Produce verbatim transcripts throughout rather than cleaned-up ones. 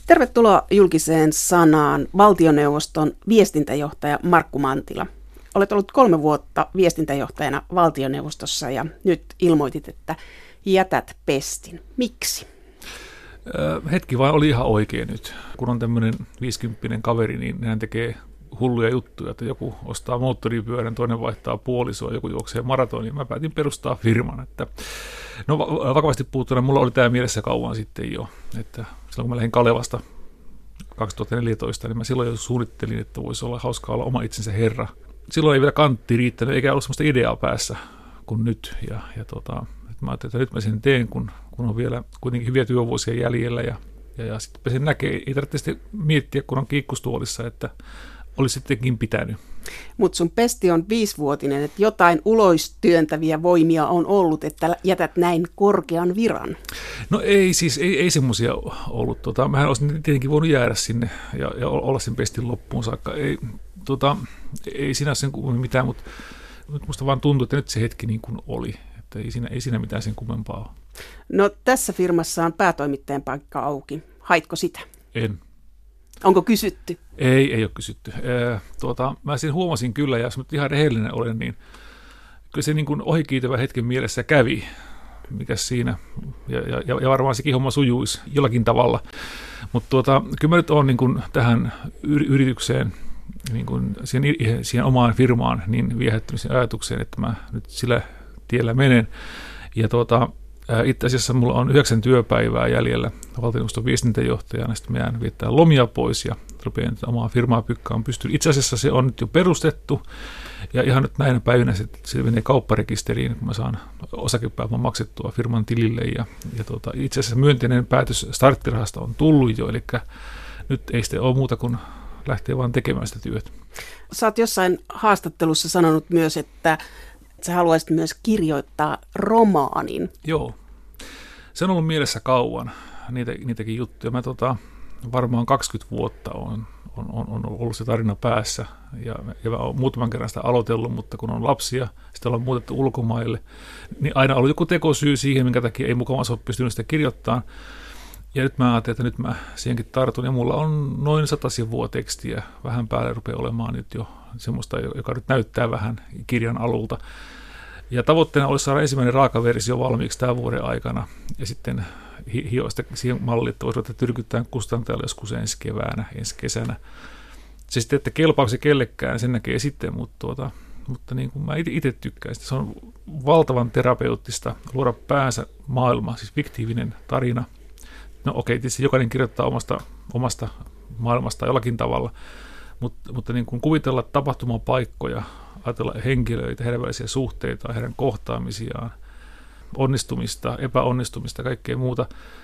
Tervetuloa julkiseen sanaan valtioneuvoston viestintäjohtaja Markku Mantila. Olet ollut kolme vuotta viestintäjohtajana valtioneuvostossa ja nyt ilmoitit, että jätät pestin. Miksi? Hetki vaan oli ihan oikein nyt. Kun on tämmöinen viisikymppinen kaveri, niin hän tekee hulluja juttuja, että joku ostaa moottoripyörän, toinen vaihtaa puolisoa, joku juoksee maratonin. Mä päätin perustaa firman. Että no vakavasti puhuttuna, mulla oli tämä mielessä kauan sitten jo, että silloin kun mä lähdin Kalevasta kaksituhattaneljätoista, niin mä silloin jo suunnittelin, että voisi olla hauskaa olla oma itsensä herra. Silloin ei vielä kantti riittänyt, eikä ollut sellaista ideaa päässä kuin nyt. Ja, ja tota, mä ajattelin, että nyt mä sen teen, kun, kun on vielä kuitenkin hyviä työvuosia jäljellä. Ja, ja, ja sitten sen näkee, ei tarvitse sitten miettiä, kun on kiikkustuolissa, että olisi sittenkin pitänyt. Mutta sun pesti on viisivuotinen, että jotain uloistyöntäviä voimia on ollut, että jätät näin korkean viran. No ei siis, ei, ei semmoisia ollut. Tota, mähän olisin tietenkin voinut jäädä sinne ja, ja olla sen pestin loppuun saakka. Ei, tota, ei siinä sen mitään, mutta nyt musta vaan tuntuu, että nyt se hetki niin kuin oli. Että ei, siinä, ei siinä mitään sen kummempaa ole. No tässä firmassa on päätoimittajan paikka auki. Haitko sitä? En. Onko kysytty? Ei, ei ole kysytty. E, tuota, mä sen huomasin kyllä, ja jos nyt ihan rehellinen olen, niin kyllä se niin kuin ohikiitävä hetken mielessä kävi, mikä siinä, ja, ja, ja varmaan sekin homma sujuisi jollakin tavalla. Mutta tuota, kyllä mä nyt olen niin kuin tähän yritykseen, niin kuin siihen, siihen omaan firmaan, niin viehättynyt sen ajatukseen, että mä nyt sillä tiellä menen. Ja tuota, itse asiassa mulla on yhdeksän työpäivää jäljellä valtioneuvoston viestintäjohtajana, sitten mä jään viettää lomia pois ja rupean omaa firmaa pykkään pystyyn. Itse asiassa se on nyt jo perustettu ja ihan nyt näinä päivinä se, se menee kaupparekisteriin, kun mä saan osakepääoman maksettua firman tilille ja, ja tuota, itse asiassa myönteinen päätös starttirahasta on tullut jo, eli nyt ei sitten ole muuta kuin lähtee vaan tekemään sitä työtä. Sä oot jossain haastattelussa sanonut myös, että sä haluaisit myös kirjoittaa romaanin. Joo. Se on ollut mielessä kauan, niitä, niitäkin juttuja. Mä tota, varmaan kaksikymmentä vuotta on, on, on, on ollut se tarina päässä. Ja, ja mä oon muutaman kerran sitä aloitellut, mutta kun on lapsia, sitten ollaan muutettu ulkomaille, niin aina on ollut joku tekosyy siihen, minkä takia ei mukavasti ole pystynyt sitä kirjoittamaan. Ja nyt mä ajattelin, että nyt mä siihenkin tartun. Ja mulla on noin sata sivua tekstiä. Vähän päälle rupeaa olemaan nyt jo semmoista, joka nyt näyttää vähän kirjan alulta. Ja tavoitteena olisi saada ensimmäinen raakaversio valmiiksi tämän vuoden aikana. Ja sitten hioista siihen malliin, että voisi ruveta tyrkyttämään kustantajalle joskus ensi keväänä, ensi kesänä. Se sitten, että kelpaako se kellekään, sen näkee sitten, mutta, tuota, mutta niin kuin mä itse tykkään. Se on valtavan terapeuttista luoda päänsä maailma, siis fiktiivinen tarina. No okei, tietysti jokainen kirjoittaa omasta, omasta maailmasta jollakin tavalla, mutta, mutta niin kuin kuvitella tapahtumapaikkoja, ajatella henkilöitä, heidän välisiä suhteita, heidän kohtaamisiaan, onnistumista, epäonnistumista, kaikkea muuta.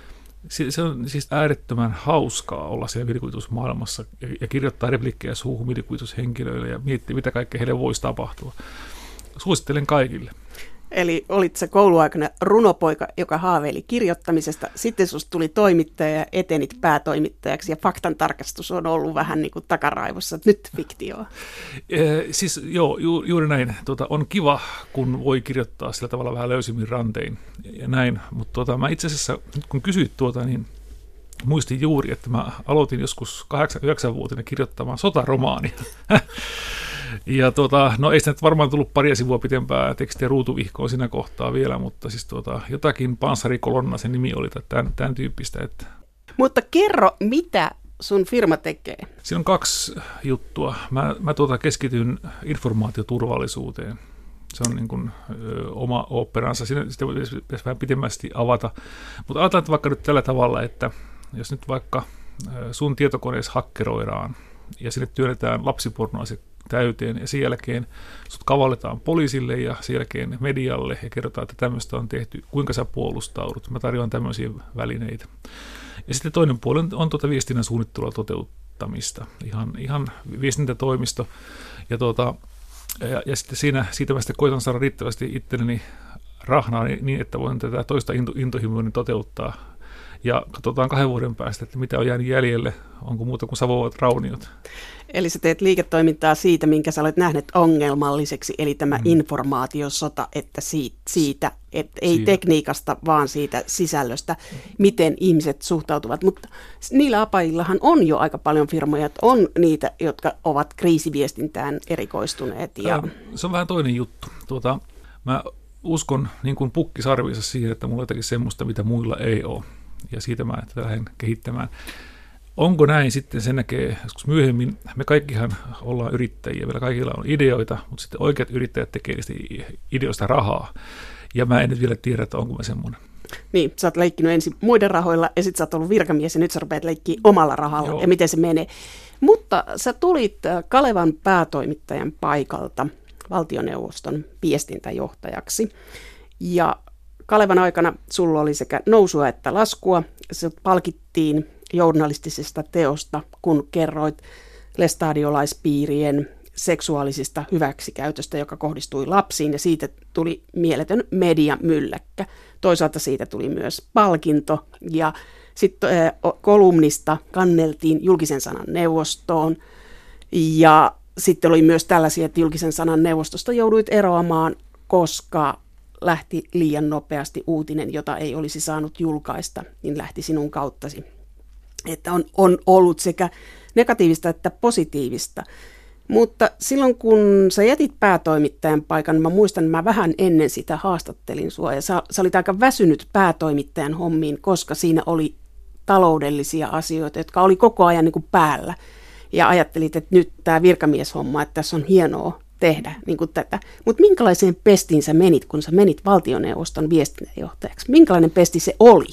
Se on siis äärettömän hauskaa olla siellä mielikuvitusmaailmassa ja, ja kirjoittaa replikkejä suuhun mielikuvitushenkilöille ja miettiä, mitä kaikkea heille voisi tapahtua. Suosittelen kaikille. Eli olit sä kouluaikana runopoika, joka haaveili kirjoittamisesta. Sitten susta tuli toimittaja ja etenit päätoimittajaksi ja faktantarkastus on ollut vähän niin kuin takaraivossa. Nyt fiktioa. Eh, siis joo, ju, juuri näin. Tuota, on kiva, kun voi kirjoittaa sillä tavalla vähän löysimmin rantein ja näin. Mutta tuota, mä itse asiassa, nyt kun kysyit tuota, niin muistin juuri, että mä aloitin joskus kahdeksan-yhdeksänvuotiaana kirjoittamaan sotaromaania. Ja tuota, no ei sitä nyt varmaan tullut paria sivua pitempää tekstiä ruutuvihkoon siinä kohtaa vielä, mutta siis tuota, jotakin panssarikolonna se nimi oli tämän, tämän tyyppistä. Että. Mutta kerro, mitä sun firma tekee? Siinä on kaksi juttua. Mä, mä tuota keskityn informaatioturvallisuuteen. Se on niin kuin ö, oma oopperansa. Siinä sitä pitäisi vähän pitemmästi avata. Mutta ajatellaan että vaikka nyt tällä tavalla, että jos nyt vaikka sun tietokoneessa hakkeroidaan ja sinne työnnetään lapsipornoa se täyteen ja sen jälkeen sut kavalletaan poliisille ja sen jälkeen medialle ja kerrotaan, että tämmöistä on tehty, kuinka sä puolustaudut. Mä tarjoan tämmöisiä välineitä. Ja sitten toinen puoli on, on tuota viestinnän suunnittelua toteuttamista, ihan, ihan viestintätoimisto. Ja, tuota, ja, ja sitten siinä, siitä mä sitten koitan saada riittävästi itselleni rahnaa niin, että voin tätä toista into, intohimoa toteuttaa. ja katsotaan kahden vuoden päästä, että mitä on jäänyt jäljelle, onko muuta kuin savuavat rauniot. Eli sä teet liiketoimintaa siitä, minkä sä olet nähnyt ongelmalliseksi, eli tämä mm. informaatiosota, että siitä, siitä että ei siitä. Tekniikasta, vaan siitä sisällöstä, miten ihmiset suhtautuvat. Mutta niillä apajillahan on jo aika paljon firmoja, että on niitä, jotka ovat kriisiviestintään erikoistuneet. Ja... Se on vähän toinen juttu. Tuota, mä uskon niin kuin pukki sarviinsa siihen, että mulla on jotakin semmoista, mitä muilla ei ole. Ja siitä mä lähden kehittämään. Onko näin sitten, se näkee joskus myöhemmin. Me kaikkihan ollaan yrittäjiä, meillä kaikilla on ideoita, mutta sitten oikeat yrittäjät tekee niistä ideoista rahaa. Ja mä en nyt vielä tiedä, että onko mä semmoinen. Niin, sä oot leikkinyt ensin muiden rahoilla ja sitten sä oot ollut virkamies ja nyt sä rupeat leikkiä omalla rahalla. Joo. Ja miten se menee. Mutta sä tulit Kalevan päätoimittajan paikalta valtioneuvoston viestintäjohtajaksi. Ja Kalevan aikana sulla oli sekä nousua että laskua. Se palkittiin journalistisesta teosta, kun kerroit lestadiolaispiirien seksuaalisista hyväksikäytöstä, joka kohdistui lapsiin, ja siitä tuli mieletön mediamylläkkä. Toisaalta siitä tuli myös palkinto, ja sitten kolumnista kanneltiin julkisen sanan neuvostoon, ja sitten oli myös tällaisia, että julkisen sanan neuvostosta jouduit eroamaan, koska lähti liian nopeasti uutinen, jota ei olisi saanut julkaista, niin lähti sinun kauttasi. Että on, on ollut sekä negatiivista että positiivista. Mutta silloin kun sä jätit päätoimittajan paikan, mä muistan, mä vähän ennen sitä haastattelin sua, ja sä, sä olit aika väsynyt päätoimittajan hommiin, koska siinä oli taloudellisia asioita, jotka oli koko ajan niin kuin päällä. Ja ajattelit, että nyt tämä virkamieshomma, että tässä on hienoa tehdä niin kuin tätä. Mutta minkälaiseen pestiin sä menit, kun sä menit valtioneuvoston viestintäjohtajaksi? Minkälainen pesti se oli?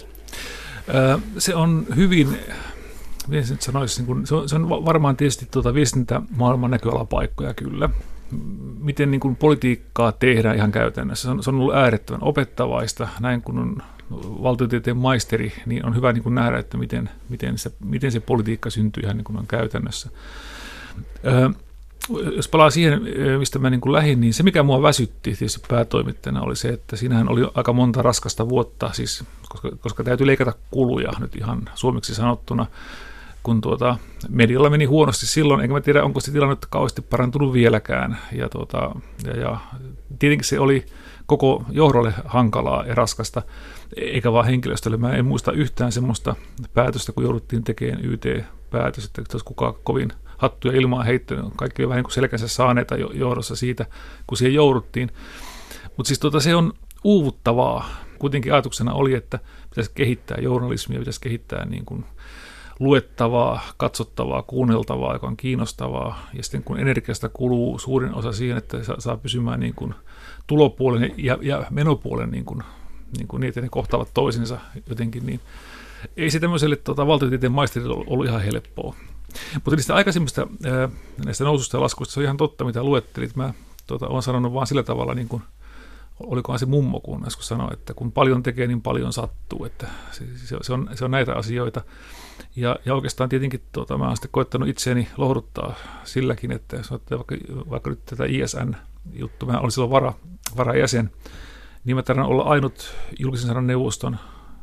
Se on hyvin, miten se nyt sanoisi, se on, se on varmaan tietysti tuota viestintämaailman näköalapaikkoja kyllä. Miten niin kuin politiikkaa tehdään ihan käytännössä. Se on, se on ollut äärettömän opettavaista. Näin kun on valtiotieteen maisteri, niin on hyvä niin kuin nähdä, että miten, miten, se, miten se politiikka syntyy ihan niin kuin on käytännössä. Jos palaa siihen, mistä mä niin kuin lähdin, niin se mikä mua väsytti tietysti päätoimittajana oli se, että siinähän oli aika monta raskasta vuotta, siis, koska, koska täytyy leikata kuluja nyt ihan suomeksi sanottuna, kun tuota, medialla meni huonosti silloin, enkä mä tiedä, onko se tilanne kauheasti parantunut vieläkään. Ja, tuota, ja, ja tietenkin se oli koko johdolle hankalaa ja raskasta, eikä vaan henkilöstölle. Mä en muista yhtään semmoista päätöstä, kun jouduttiin tekemään Y T-päätös, että olisi kukaan kovin hattuja ilmaan heittänyt. Kaikki oli vähän niin kuin selkänsä saaneita johdossa siitä, kun siihen jouduttiin. Mutta siis tuota, se on uuvuttavaa. Kuitenkin ajatuksena oli, että pitäisi kehittää journalismia, pitäisi kehittää niin kuin luettavaa, katsottavaa, kuunneltavaa, joka on kiinnostavaa. Ja sitten kun energiasta kuluu suurin osa siihen, että saa pysymään niin kuin tulopuolen ja, ja menopuolen niin kuin, niin kuin niitä ne kohtaavat toisinsa jotenkin, niin ei se tämmöiselle tuota, valtiotieteen maisterille ollut ihan helppoa. Mutta niistä aikaisemmista ää, näistä noususta ja laskuista se on ihan totta, mitä luettelit. Mä tuota, olen sanonut vaan sillä tavalla, niin kuin, olikohan se mummo, kun äsken sanoi, että kun paljon tekee, niin paljon sattuu. Että se, se, se, on, se on näitä asioita. Ja, ja oikeastaan tietenkin tuota, mä olen sitten koettanut itseäni lohduttaa silläkin, että jos ottaen vaikka, vaikka nyt tätä I S N-juttu, mä olin silloin vara, varajäsen, niin mä tarvitsen olla ainut julkisen sanan neuvoston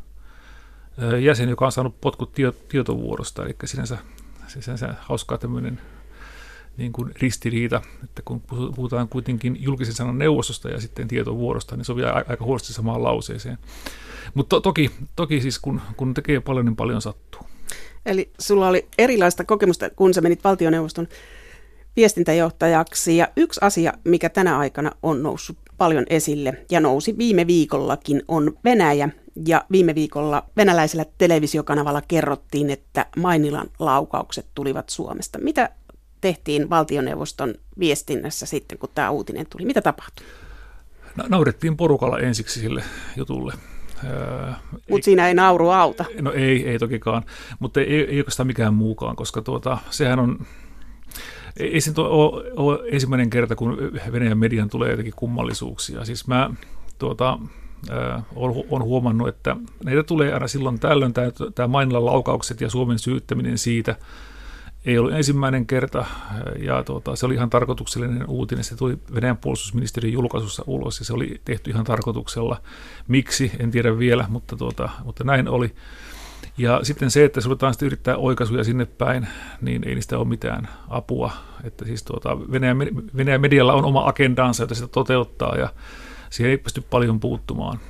jäsen, joka on saanut potkut tietovuorosta, eli sinänsä, sinänsä hauskaa tämmöinen niin kuin ristiriita, että kun puhutaan kuitenkin julkisen sanan neuvostosta ja sitten tietovuorosta, niin se on vielä aika huonosti samaan lauseeseen. Mutta to, toki, toki siis kun, kun tekee paljon, niin paljon sattuu. Eli sulla oli erilaista kokemusta, kun sä menit valtioneuvoston viestintäjohtajaksi, ja yksi asia, mikä tänä aikana on noussut paljon esille ja nousi viime viikollakin, on Venäjä. Ja viime viikolla venäläisellä televisiokanavalla kerrottiin, että Mainilan laukaukset tulivat Suomesta. Mitä tehtiin valtioneuvoston viestinnässä sitten, kun tämä uutinen tuli? Mitä tapahtui? Naurettiin porukalla ensiksi sille jutulle. Mutta siinä ei nauru auta. No ei, ei tokikaan, mutta ei, ei oikeastaan mikään muukaan, koska tuota, sehän on, ei se ole, ole ensimmäinen kerta, kun Venäjän median tulee jotenkin kummallisuuksia. Siis mä tuota, äh, olen huomannut, että näitä tulee aina silloin tällöin, tämä, tämä Mainilan laukaukset ja Suomen syyttäminen siitä ei ollut ensimmäinen kerta, ja tuota, se oli ihan tarkoituksellinen uutinen. Se tuli Venäjän puolustusministeriön julkaisussa ulos, ja se oli tehty ihan tarkoituksella. Miksi, en tiedä vielä, mutta, tuota, mutta näin oli. Ja sitten se, että ruvetaan sitten yrittää oikaisuja sinne päin, niin ei niistä ole mitään apua. Että siis tuota, Venäjän, Venäjän medialla on oma agendansa, jota sitä toteuttaa, ja siihen ei pysty paljon puuttumaan.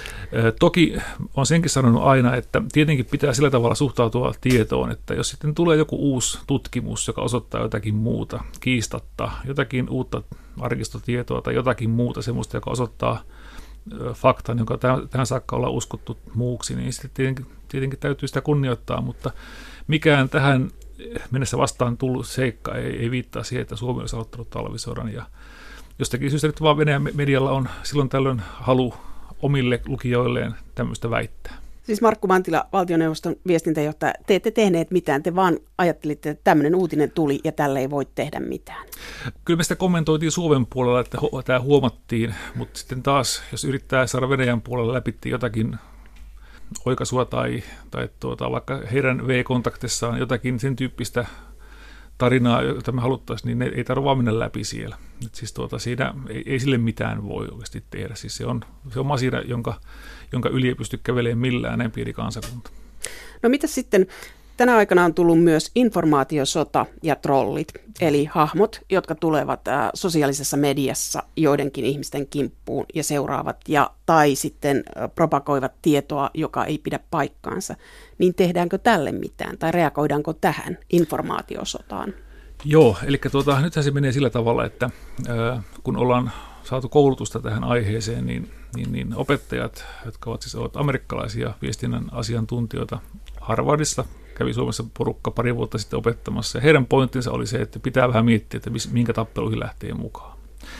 Toki olen senkin sanonut aina, että tietenkin pitää sillä tavalla suhtautua tietoon, että jos sitten tulee joku uusi tutkimus, joka osoittaa jotakin muuta, kiistatta, jotakin uutta arkistotietoa tai jotakin muuta semmoista, joka osoittaa faktan, jonka tähän saakka ollaan uskottu muuksi, niin sitten tietenkin, tietenkin täytyy sitä kunnioittaa, mutta mikään tähän mennessä vastaan tullut seikka ei, ei viittaa siihen, että Suomi olisi aloittanut talvisodan, ja jostakin syystä nyt vaan Venäjän medialla on silloin tällöin halu omille lukijoilleen tämmöistä väittää. Siis Markku Mantila, valtioneuvoston viestintäjohtaja, te ette tehneet mitään, te vaan ajattelitte, että tämmöinen uutinen tuli ja tälle ei voi tehdä mitään. Kyllä me sitä kommentoitiin Suomen puolella, että tämä huomattiin, mutta sitten taas, jos yrittää saada Venäjän puolella läpi jotakin oikaisua tai, tai tuota, vaikka heidän V-kontaktissaan jotakin sen tyyppistä tarinaa, jota me haluttaisiin, niin ei tarvitse vaan mennä läpi siellä. Et siis tuota, siinä ei, ei sille mitään voi oikeasti tehdä. Siis se on, se on masina, jonka, jonka yli ei pysty kävelemään millään näin pieni kansakunta. No mitä sitten? Tänä aikana on tullut myös informaatiosota ja trollit, eli hahmot, jotka tulevat ä, sosiaalisessa mediassa joidenkin ihmisten kimppuun ja seuraavat, ja, tai sitten ä, propagoivat tietoa, joka ei pidä paikkaansa. Niin tehdäänkö tälle mitään, tai reagoidaanko tähän informaatiosotaan? Joo, eli tuota, nythän se menee sillä tavalla, että ä, kun ollaan saatu koulutusta tähän aiheeseen, niin, niin, niin opettajat, jotka ovat siis ovat amerikkalaisia viestinnän asiantuntijoita Harvardissa, kävi Suomessa porukka pari vuotta sitten opettamassa, ja heidän pointtinsa oli se, että pitää vähän miettiä, että minkä tappeluihin lähtee mukaan.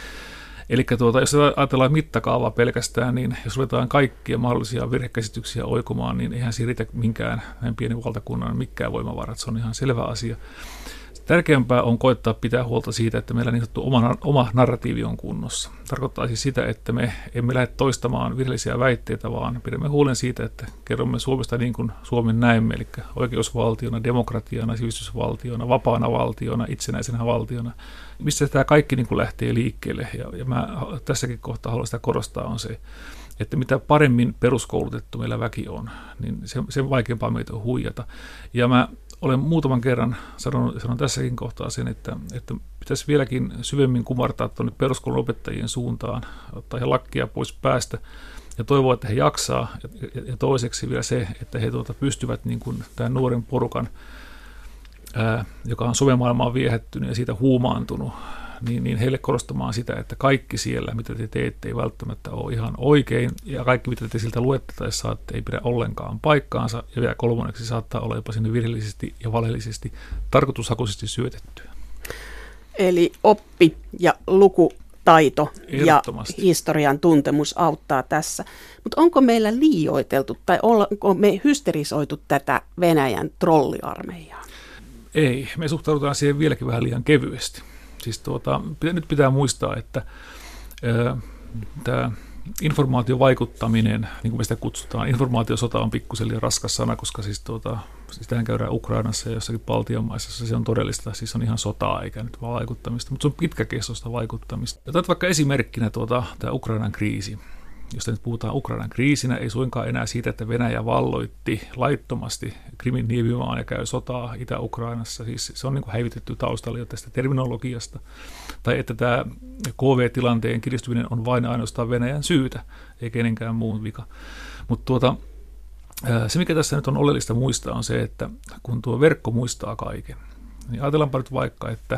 Eli tuota, jos ajatellaan mittakaavaa pelkästään, niin jos ruvetaan kaikkia mahdollisia virhekäsityksiä oikomaan, niin eihän siinä riitä minkään näin pienen valtakunnan mikään voimavarat, se on ihan selvä asia. Tärkeämpää on koettaa pitää huolta siitä, että meillä niin sanottu oma, oma narratiivi on kunnossa. Tarkoittaa siis sitä, että me emme lähde toistamaan virheellisiä väitteitä, vaan pidämme huolen siitä, että kerromme Suomesta niin kuin Suomen näemme, eli oikeusvaltiona, demokratiana, sivistysvaltiona, vapaana valtiona, itsenäisenä valtiona. Missä tämä kaikki niin kuin lähtee liikkeelle, ja, ja mä tässäkin kohtaa haluan sitä korostaa, on se, että mitä paremmin peruskoulutettu meillä väki on, niin sen, sen vaikeampaa meitä on huijata. Ja mä olen muutaman kerran sanonut, sanon tässäkin kohtaa sen, että, että pitäisi vieläkin syvemmin kumartaa tuonne peruskoulun opettajien suuntaan, ottaa he lakkia pois päästä ja toivoa, että he jaksaa. Ja, ja toiseksi vielä se, että he tuota pystyvät niin kuin tämän nuoren porukan, ää, joka on somemaailmaan viehättynyt ja siitä huumaantunut, niin, niin heille korostamaan sitä, että kaikki siellä, mitä te teette, ei välttämättä ole ihan oikein, ja kaikki, mitä te siltä luette tai saatte, ei pidä ollenkaan paikkaansa, ja vielä kolmanneksi saattaa olla jopa sinne virheellisesti ja valheellisesti tarkoitushakuisesti syötettyä. Eli oppi ja lukutaito ja historian tuntemus auttaa tässä. Mutta onko meillä liioiteltu tai onko me hysterisoitu tätä Venäjän trolliarmeijaa? Ei, me suhtaudutaan siihen vieläkin vähän liian kevyesti. Siis tuota, nyt pitää muistaa, että ää, tämä informaatiovaikuttaminen, niin kuin me sitä kutsutaan, informaatiosota on pikkusen liian raskas sana, koska siis tuota, sitähän käydään Ukrainassa ja jossakin Baltian maissa, se on todellista, siis on ihan sotaa eikä nyt vaan vaikuttamista, mutta se on pitkäkestoista vaikuttamista. Otat vaikka esimerkkinä tuota, tämä Ukrainan kriisi. Josta nyt puhutaan Ukrainan kriisinä, ei suinkaan enää siitä, että Venäjä valloitti laittomasti Krimin niemimaan ja käy sotaa Itä-Ukrainassa. Siis se on niin kuin häivitetty taustalla jo tästä terminologiasta. Tai että tämä K V-tilanteen kiristyminen on vain ainoastaan Venäjän syytä, ei kenenkään muun vika. Mutta tuota, se, mikä tässä nyt on oleellista muistaa, on se, että kun tuo verkko muistaa kaiken, niin ajatellaanpa nyt vaikka, että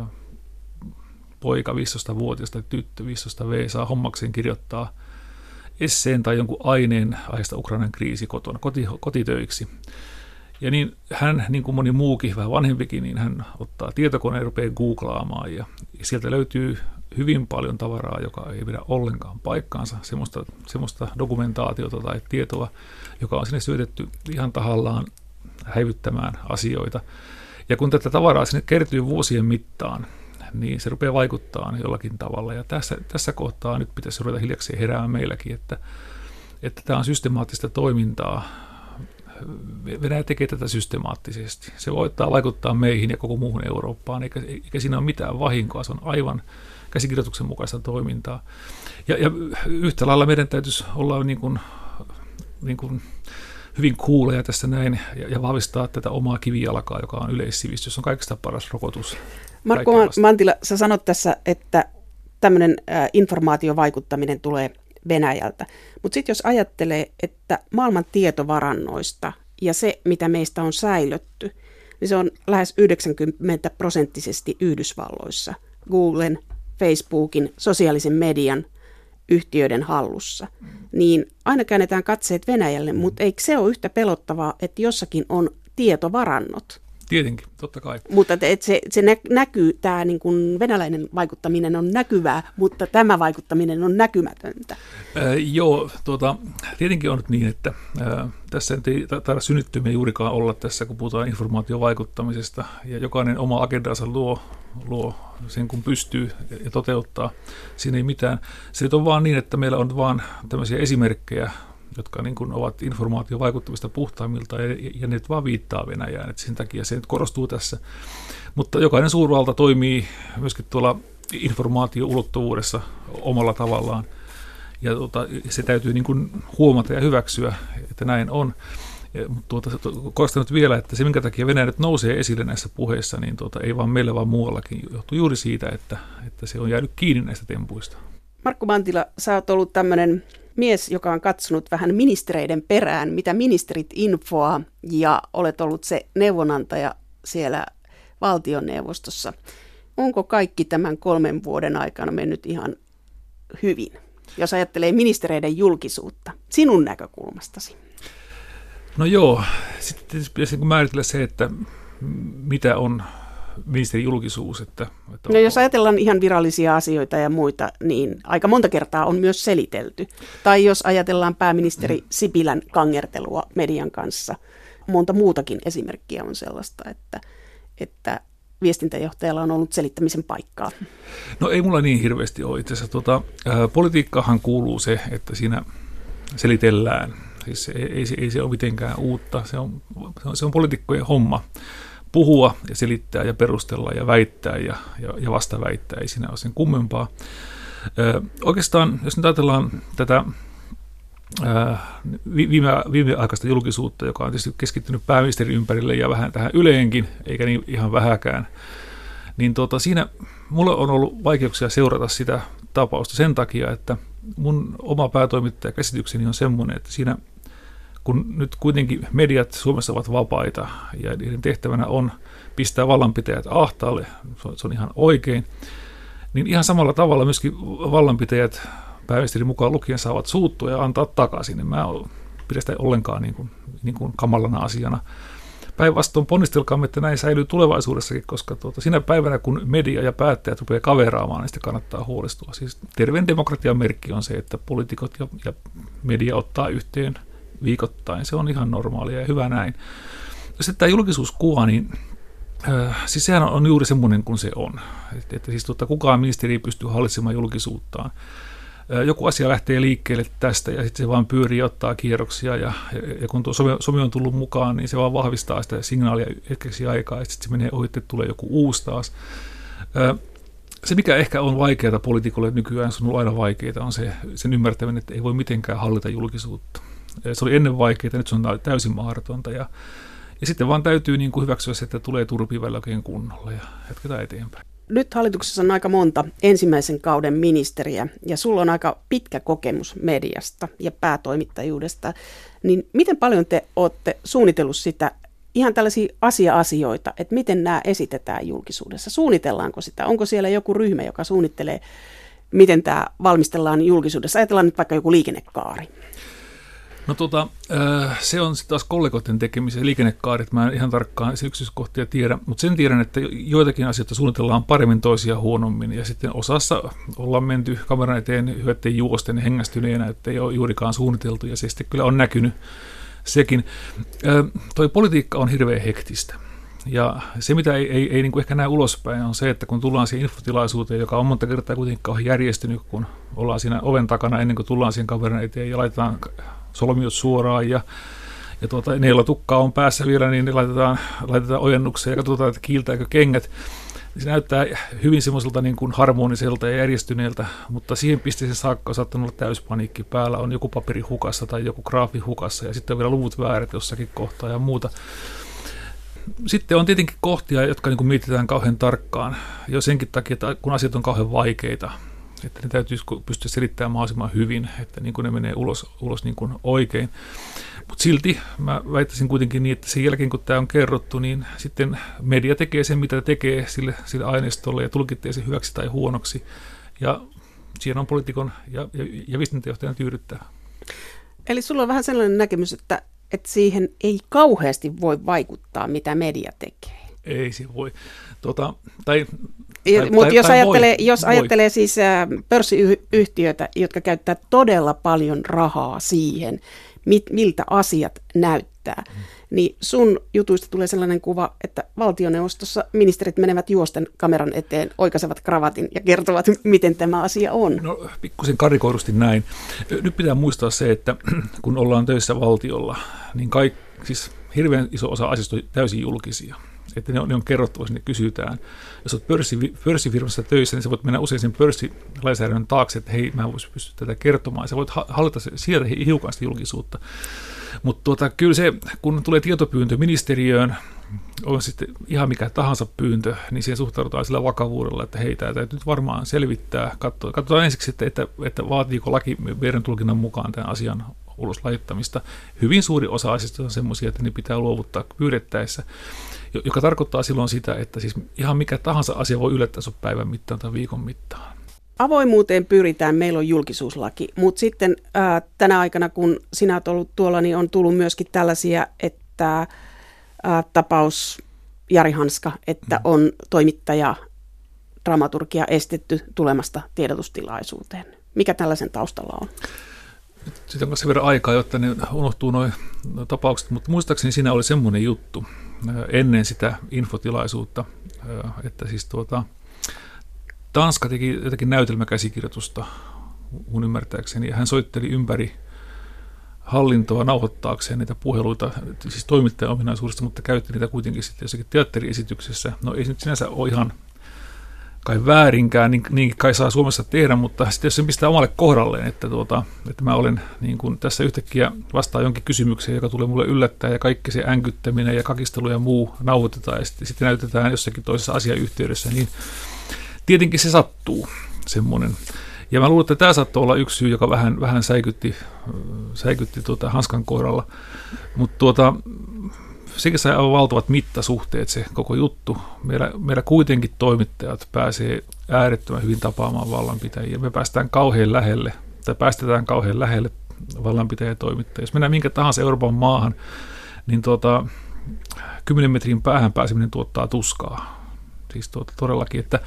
poika viisitoistavuotias tai tyttö viisitoista vuotias saa hommakseen kirjoittaa esseen tai jonkun aineen aiheesta Ukrainan kriisi kotona, koti, kotitöiksi. Ja niin hän, niin kuin moni muukin, vähän vanhempikin, niin hän ottaa tietokoneen ja rupeaa googlaamaan. Ja sieltä löytyy hyvin paljon tavaraa, joka ei pidä ollenkaan paikkaansa, semmoista, semmoista dokumentaatiota tai tietoa, joka on sinne syötetty ihan tahallaan häivyttämään asioita. Ja kun tätä tavaraa sinne kertyy vuosien mittaan, niin se rupeaa vaikuttaa jollakin tavalla. Ja tässä, tässä kohtaa nyt pitäisi ruveta hiljakseen heräämään meilläkin, että, että tämä on systemaattista toimintaa. Venäjä tekee tätä systemaattisesti. Se voittaa vaikuttaa meihin ja koko muuhun Eurooppaan, eikä, eikä siinä ole mitään vahinkoa. Se on aivan käsikirjoituksen mukaista toimintaa. Ja, ja yhtä lailla meidän täytyisi olla niin kuin, niin kuin hyvin kuuleja tässä näin ja, ja vahvistaa tätä omaa kivijalkaa, joka on yleissivistys, on kaikista paras rokotus. Markku Mantila, sä sanot tässä, että tämmöinen informaatiovaikuttaminen tulee Venäjältä, mutta sitten jos ajattelee, että maailman tietovarannoista ja se, mitä meistä on säilötty, niin se on lähes yhdeksänkymmentä prosenttisesti Yhdysvalloissa, Googlen, Facebookin, sosiaalisen median yhtiöiden hallussa, niin aina käännetään katseet Venäjälle, mutta eikö se ole yhtä pelottavaa, että jossakin on tietovarannot? Tietenkin, totta kai. Mutta et se, se näkyy, tämä niin kuin venäläinen vaikuttaminen on näkyvää, mutta tämä vaikuttaminen on näkymätöntä. Äh, joo, tuota, tietenkin on nyt niin, että äh, tässä ei taida synnyttymiä juurikaan olla tässä, kun puhutaan informaatiovaikuttamisesta, ja jokainen oma agendansa luo, luo sen, kun pystyy ja toteuttaa. Siinä ei mitään. Se on vaan niin, että meillä on vaan tämmöisiä esimerkkejä, jotka niin kuin ovat informaatiovaikuttamista puhtaimmilta, ja, ja ne vaan viittaa Venäjään, että sen takia se nyt korostuu tässä. Mutta jokainen suurvalta toimii myöskin tuolla informaatioulottuvuudessa omalla tavallaan, ja tuota, se täytyy niin kuin huomata ja hyväksyä, että näin on. Ja, tuota, korostan nyt vielä, että se, minkä takia Venäjä nyt nousee esille näissä puheissa, niin tuota, ei vaan meillä, vaan muuallakin, johtuu juuri siitä, että, että se on jäänyt kiinni näistä tempuista. Markku Mantila, sä oot ollut tämmöinen mies, joka on katsonut vähän ministereiden perään, mitä ministerit infoaa, ja olet ollut se neuvonantaja siellä valtioneuvostossa. Onko kaikki tämän kolmen vuoden aikana mennyt ihan hyvin, jos ajattelee ministereiden julkisuutta sinun näkökulmastasi? No joo, sitten pitäisi määritellä se, että mitä on ministerin julkisuus. Että, että no jos ajatellaan ihan virallisia asioita ja muita, niin aika monta kertaa on myös selitelty. Tai jos ajatellaan pääministeri Sipilän kangertelua median kanssa, monta muutakin esimerkkiä on sellaista, että, että viestintäjohtajalla on ollut selittämisen paikkaa. No ei mulla niin hirveästi ole. Itse asiassa tuota, ää, politiikkahan kuuluu se, että siinä selitellään. Siis ei, ei, ei se ole mitenkään uutta. Se on, se on, se on poliitikkojen homma. Puhua ja selittää ja perustella ja väittää ja, ja, ja vasta väittää, ei siinä ole sen kummempaa. Ö, oikeastaan, jos nyt ajatellaan tätä ö, viime, viimeaikaista julkisuutta, joka on tietysti keskittynyt pääministerin ympärille ja vähän tähän yleenkin, eikä niin ihan vähäkään, niin tuota, siinä mulla on ollut vaikeuksia seurata sitä tapausta sen takia, että mun oma päätoimittajakäsitykseni on semmoinen, että siinä kun nyt kuitenkin mediat Suomessa ovat vapaita ja niiden tehtävänä on pistää vallanpitäjät ahtaalle, se on ihan oikein, niin ihan samalla tavalla myöskin vallanpitäjät pääministerin mukaan lukien saavat suuttua ja antaa takaisin. Mä en pidä sitä ollenkaan niin kuin, niin kuin kamalana asiana. Päinvastoin ponnistelkaamme, että näin säilyy tulevaisuudessakin, koska tuota, siinä päivänä, kun media ja päättäjät rupeaa kaveraamaan, niin sitä kannattaa huolestua. Siis terveen demokratian merkki on se, että poliitikot ja, ja media ottaa yhteen viikoittain. Se on ihan normaalia ja hyvä näin. Sitten tämä julkisuuskuva, niin äh, siis sehän on juuri semmoinen kuin se on. Että, että siis tuota, kukaan ministeri ei pysty hallitsemaan julkisuuttaan. Äh, joku asia lähtee liikkeelle tästä ja sitten se vaan pyörii ja ottaa kierroksia ja, ja, ja kun tuo some, some on tullut mukaan, niin se vaan vahvistaa sitä signaalia hetkeksi aikaa ja sitten se menee ohi, että tulee joku uusi taas. Äh, Se, mikä ehkä on vaikeaa poliitikolle nykyään, se on ollut aina vaikeaa, on se, sen ymmärtäminen, että ei voi mitenkään hallita julkisuutta. Se oli ennen vaikeaa, nyt se on täysin mahdotonta. Ja, ja sitten vaan täytyy niin kuin hyväksyä se, että tulee turpivällä oikein kunnolla ja jatketaan eteenpäin. Nyt hallituksessa on aika monta ensimmäisen kauden ministeriä ja sulla on aika pitkä kokemus mediasta ja päätoimittajuudesta. Niin miten paljon te olette suunnitellut sitä, ihan tällaisia asia-asioita, että miten nämä esitetään julkisuudessa? Suunnitellaanko sitä? Onko siellä joku ryhmä, joka suunnittelee, miten tämä valmistellaan julkisuudessa? Ajatellaan nyt vaikka joku liikennekaari. No tota, se on sitten taas kollegoiden tekemisiä, liikennekaarit, mä en ihan tarkkaan yksityiskohtia tiedä, mutta sen tiedän, että joitakin asioita suunnitellaan paremmin toisia huonommin, ja sitten osassa ollaan menty kameran eteen hyötteen juosten ja hengästyneenä, että ei ole juurikaan suunniteltu, ja se sitten kyllä on näkynyt sekin. Toi politiikka on hirveän hektistä, ja se mitä ei, ei, ei niin kuin ehkä näe ulospäin on se, että kun tullaan siihen infotilaisuuteen, joka on monta kertaa kuitenkin järjestynyt, kun ollaan siinä oven takana ennen kuin tullaan siihen kameran eteen ja laitetaan solmiot suoraan ja, ja tuota, ne, joilla tukkaa on päässä vielä, niin ne laitetaan, laitetaan ojennukseen ja katsotaan, että kiiltääkö kengät. Se näyttää hyvin semmoiselta niin kuin harmoniselta ja järjestyneeltä, mutta siihen pisteeseen saakka on saattanut olla täyspaniikki päällä. On joku paperi hukassa tai joku graafi hukassa ja sitten on vielä luvut väärät jossakin kohtaa ja muuta. Sitten on tietenkin kohtia, jotka niin kuin mietitään kauhean tarkkaan jo senkin takia, että kun asiat on kauhean vaikeita, että ne täytyy pystyä selittämään mahdollisimman hyvin, että niin kuin ne menee ulos, ulos niin kuin oikein. Mutta silti mä väittäisin kuitenkin niin, että sen jälkeen kun tämä on kerrottu, niin sitten media tekee sen, mitä tekee sille, sille aineistolle ja tulkitsee sen hyväksi tai huonoksi. Ja siinä on poliitikon ja, ja, ja viestintäjohtajan tyydyttää. Eli sulla on vähän sellainen näkemys, että, että siihen ei kauheasti voi vaikuttaa, mitä media tekee. Ei se voi. Tuota, tai, tai, Mutta jos, ajattelee, voi, jos voi. ajattelee siis pörssiyhtiöitä, jotka käyttää todella paljon rahaa siihen, mit, miltä asiat näyttää, mm. niin sun jutuista tulee sellainen kuva, että valtioneuvostossa ministerit menevät juosten kameran eteen, oikaisevat kravatin ja kertovat, miten tämä asia on. No pikkusen karikoidusti näin. Nyt pitää muistaa se, että kun ollaan töissä valtiolla, niin kaik, siis hirveän iso osa asioista on täysin julkisia. Että ne on, ne on kerrottava, sinne kysytään. Jos olet pörssi, pörssifirmassa töissä, niin sä voit mennä usein sen pörssilainsäädännön taakse, että hei, mä voisin pystyä tätä kertomaan. Sä voit hallita sieltä hiukan sitä julkisuutta. Mutta tuota, kyllä se, kun tulee tietopyyntö ministeriöön, on sitten ihan mikä tahansa pyyntö, niin siihen suhtaudutaan sillä vakavuudella, että hei, tämä täytyy nyt varmaan selvittää. Katsotaan, katsotaan ensiksi, että, että, että vaatiiko laki meidän tulkinnan mukaan tämän asian ulos laittamista. Hyvin suuri osa asioista on semmoisia, että ne pitää luovuttaa pyydettäessä, joka tarkoittaa silloin sitä, että siis ihan mikä tahansa asia voi yllättää sinut päivän mittaan tai viikon mittaan. Avoimuuteen pyritään, meillä on julkisuuslaki, mutta sitten ää, tänä aikana, kun sinä olet ollut tuolla, niin on tullut myöskin tällaisia, että ää, tapaus Jari Hanska, että on toimittaja dramaturgia estetty tulemasta tiedotustilaisuuteen. Mikä tällaisen taustalla on? Sitten on sen verran aikaa, jotta ne unohtuu nuo tapaukset, mutta muistaakseni siinä oli semmoinen juttu ennen sitä infotilaisuutta, että siis tuota, Tanska teki jotakin näytelmäkäsikirjoitusta mun ymmärtääkseni, ja hän soitteli ympäri hallintoa nauhoittaakseen niitä puheluita, siis toimittajan ominaisuudesta, mutta käytti niitä kuitenkin sitten jossakin teatteriesityksessä. No ei se nyt sinänsä ole ihan kai väärinkään, niin, niin kai saa Suomessa tehdä, mutta sitten jos se pistää omalle kohdalleen, että, tuota, että mä olen niin kuin tässä yhtäkkiä vastaan jonkin kysymykseen, joka tulee mulle yllättää, ja kaikki se änkyttäminen ja kakistelu ja muu nauhoitetaan, ja sitten, sitten näytetään jossakin toisessa asiayhteydessä, niin tietenkin se sattuu semmoinen. Ja mä luulen, että tämä saattoi olla yksi syy, joka vähän, vähän säikytti, säikytti tuota Hanskan kohdalla, mutta tuota, sekin sai aivan valtavat mittasuhteet se koko juttu. Meillä, meillä kuitenkin toimittajat pääsee äärettömän hyvin tapaamaan vallanpitäjiä. Me päästään kauhean lähelle, tai päästetään kauhean lähelle vallanpitäjä ja toimittajia. Jos mennään minkä tahansa Euroopan maahan, niin tuota, kymmenen metrin päähän pääseminen tuottaa tuskaa. Siis tuota, todellakin, että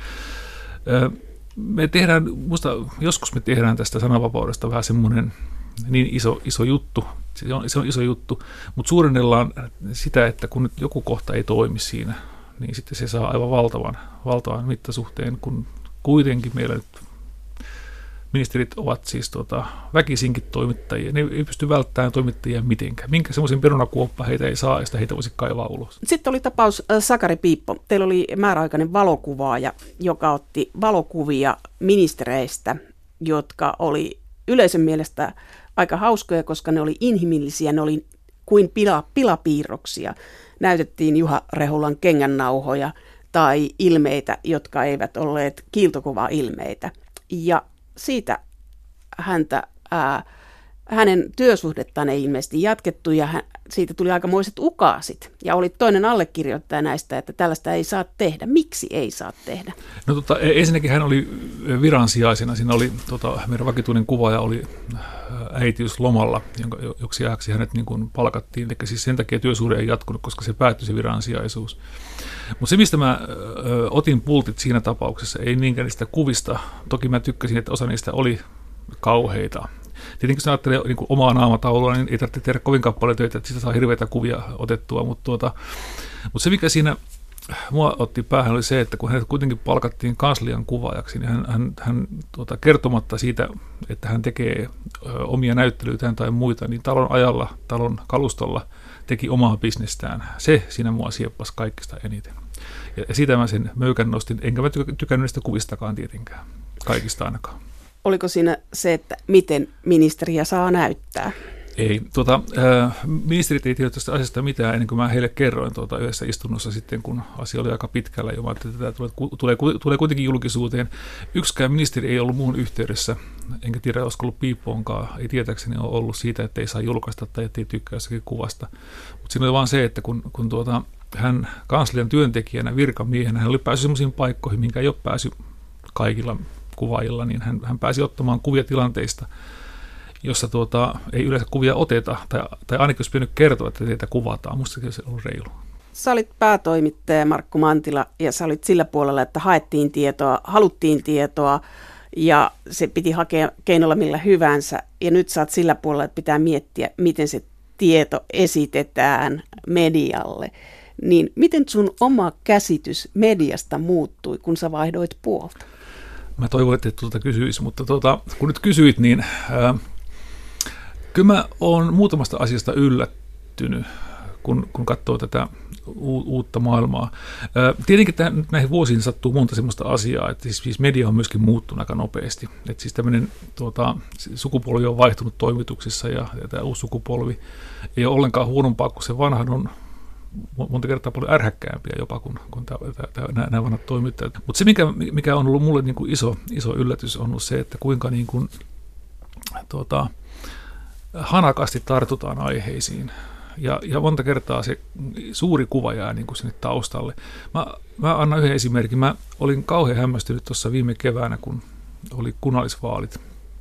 me tehdään, musta joskus me tehdään tästä sananvapaudesta vähän semmoinen niin iso, iso juttu, se on, se on iso juttu, mutta suurennellaan sitä, että kun nyt joku kohta ei toimi siinä, niin sitten se saa aivan valtavan, valtavan mittasuhteen, kun kuitenkin meillä nyt ministerit ovat siis tota, väkisinkin toimittajia. Ne ei pysty välttämään toimittajia mitenkään. Minkä semmoisen perunakuoppa heitä ei saa, ja sitä heitä voisi kaivaa ulos. Sitten oli tapaus Sakari Piippo. Teillä oli määräaikainen valokuvaaja, joka otti valokuvia ministereistä, jotka oli yleisön mielestä aika hauskoja, koska ne oli inhimillisiä, ne oli kuin pila, pilapiirroksia. Näytettiin Juha Rehulan kengännauhoja tai ilmeitä, jotka eivät olleet kiiltokuva-ilmeitä. Ja siitä häntä, ää, hänen työsuhdettaan ei ilmeisesti jatkettu, ja hän, siitä tuli aikamoiset ukaasit. Ja oli toinen allekirjoittaja näistä, että tällaista ei saa tehdä. Miksi ei saa tehdä? No tota, ensinnäkin hän oli viransijaisena. Siinä oli tota, meidän vakituinen kuvaaja oli äitiyslomalla, jonka, joksi ajaksi hänet niin kuin palkattiin. Eli siis sen takia työsuhde ei jatkunut, koska se päättyi se viransijaisuus. Mutta se, mistä mä ö, otin pultit siinä tapauksessa, ei niinkään niistä kuvista. Toki mä tykkäsin, että osa niistä oli kauheita. Tietenkin jos ajattelee niin kuin omaa naamataulua, niin ei tarvitse tehdä kovinkaan paljon töitä, että sitä saa hirveitä kuvia otettua. Mutta tuota, mut se, mikä siinä mua otti päähän, oli se, että kun hänet kuitenkin palkattiin kanslian kuvaajaksi, niin hän, hän, hän tuota, kertomatta siitä, että hän tekee ö, omia näyttelyitään tai muita, niin talon ajalla, talon kalustolla teki omaa bisnestään. Se siinä mua sieppasi kaikista eniten. Ja siitä mä sen möykän nostin, enkä mä tykännyt niistä kuvistakaan tietenkään, kaikista ainakaan. Oliko siinä se, että miten ministeriä saa näyttää? Ei. Tuota, äh, ministerit ei tiedä tästä asiasta mitään ennen kuin mä heille kerroin tuota, yhdessä istunnossa sitten, kun asia oli aika pitkällä jo. Mä ajattelin, että tämä tulee, tulee kuitenkin julkisuuteen. Yksikään ministeri ei ollut muun yhteydessä, enkä tiedä, olisiko ollut piippoonkaan. Ei tietääkseni ole ollut siitä, että ei saa julkaista tai ettei tykkää jossakin kuvasta. Mutta siinä oli vaan se, että kun, kun tuota, hän kanslian työntekijänä, virkamiehenä, hän oli päässyt sellaisiin paikkoihin, minkä ei ole päässyt kaikilla kuvaajilla, niin hän, hän pääsi ottamaan kuvia tilanteista, jossa tuota, ei yleensä kuvia oteta, tai, tai ainakin olisi pitänyt kertoa, että teitä kuvataan. Musta se on reilu. Sä olit päätoimittaja Markku Mantila, ja sä olit sillä puolella, että haettiin tietoa, haluttiin tietoa, ja se piti hakea keinolla millä hyvänsä. Ja nyt sä oot sillä puolella, että pitää miettiä, miten se tieto esitetään medialle. Niin miten sun oma käsitys mediasta muuttui, kun sä vaihdoit puolta? Mä toivon, että et tuota kysyisi, mutta tuota, kun nyt kysyit, niin ää, kyllä mä oon muutamasta asiasta yllättynyt, kun, kun katsoo tätä u- uutta maailmaa. Ää, tietenkin tämän, näihin vuosiin sattuu monta sellaista asiaa, että siis, siis media on myöskin muuttunut aika nopeasti. Että siis tämmöinen tuota, sukupolvi on vaihtunut toimituksissa ja, ja tämä uusi sukupolvi ei ole ollenkaan huonompaa kuin se vanhan on. Monta kertaa paljon ärhäkkäämpiä jopa kuin, kuin tämä, tämä, nämä, nämä vanhat toimittajat. Mutta se, mikä, mikä on ollut mulle niin kuin iso, iso yllätys, on ollut se, että kuinka niin kuin, tuota, hanakasti tartutaan aiheisiin. Ja, ja monta kertaa se suuri kuva jää niin kuin sinne taustalle. Mä, mä annan yhden esimerkin. Mä olin kauhean hämmästynyt tuossa viime keväänä, kun oli kunnallisvaalit.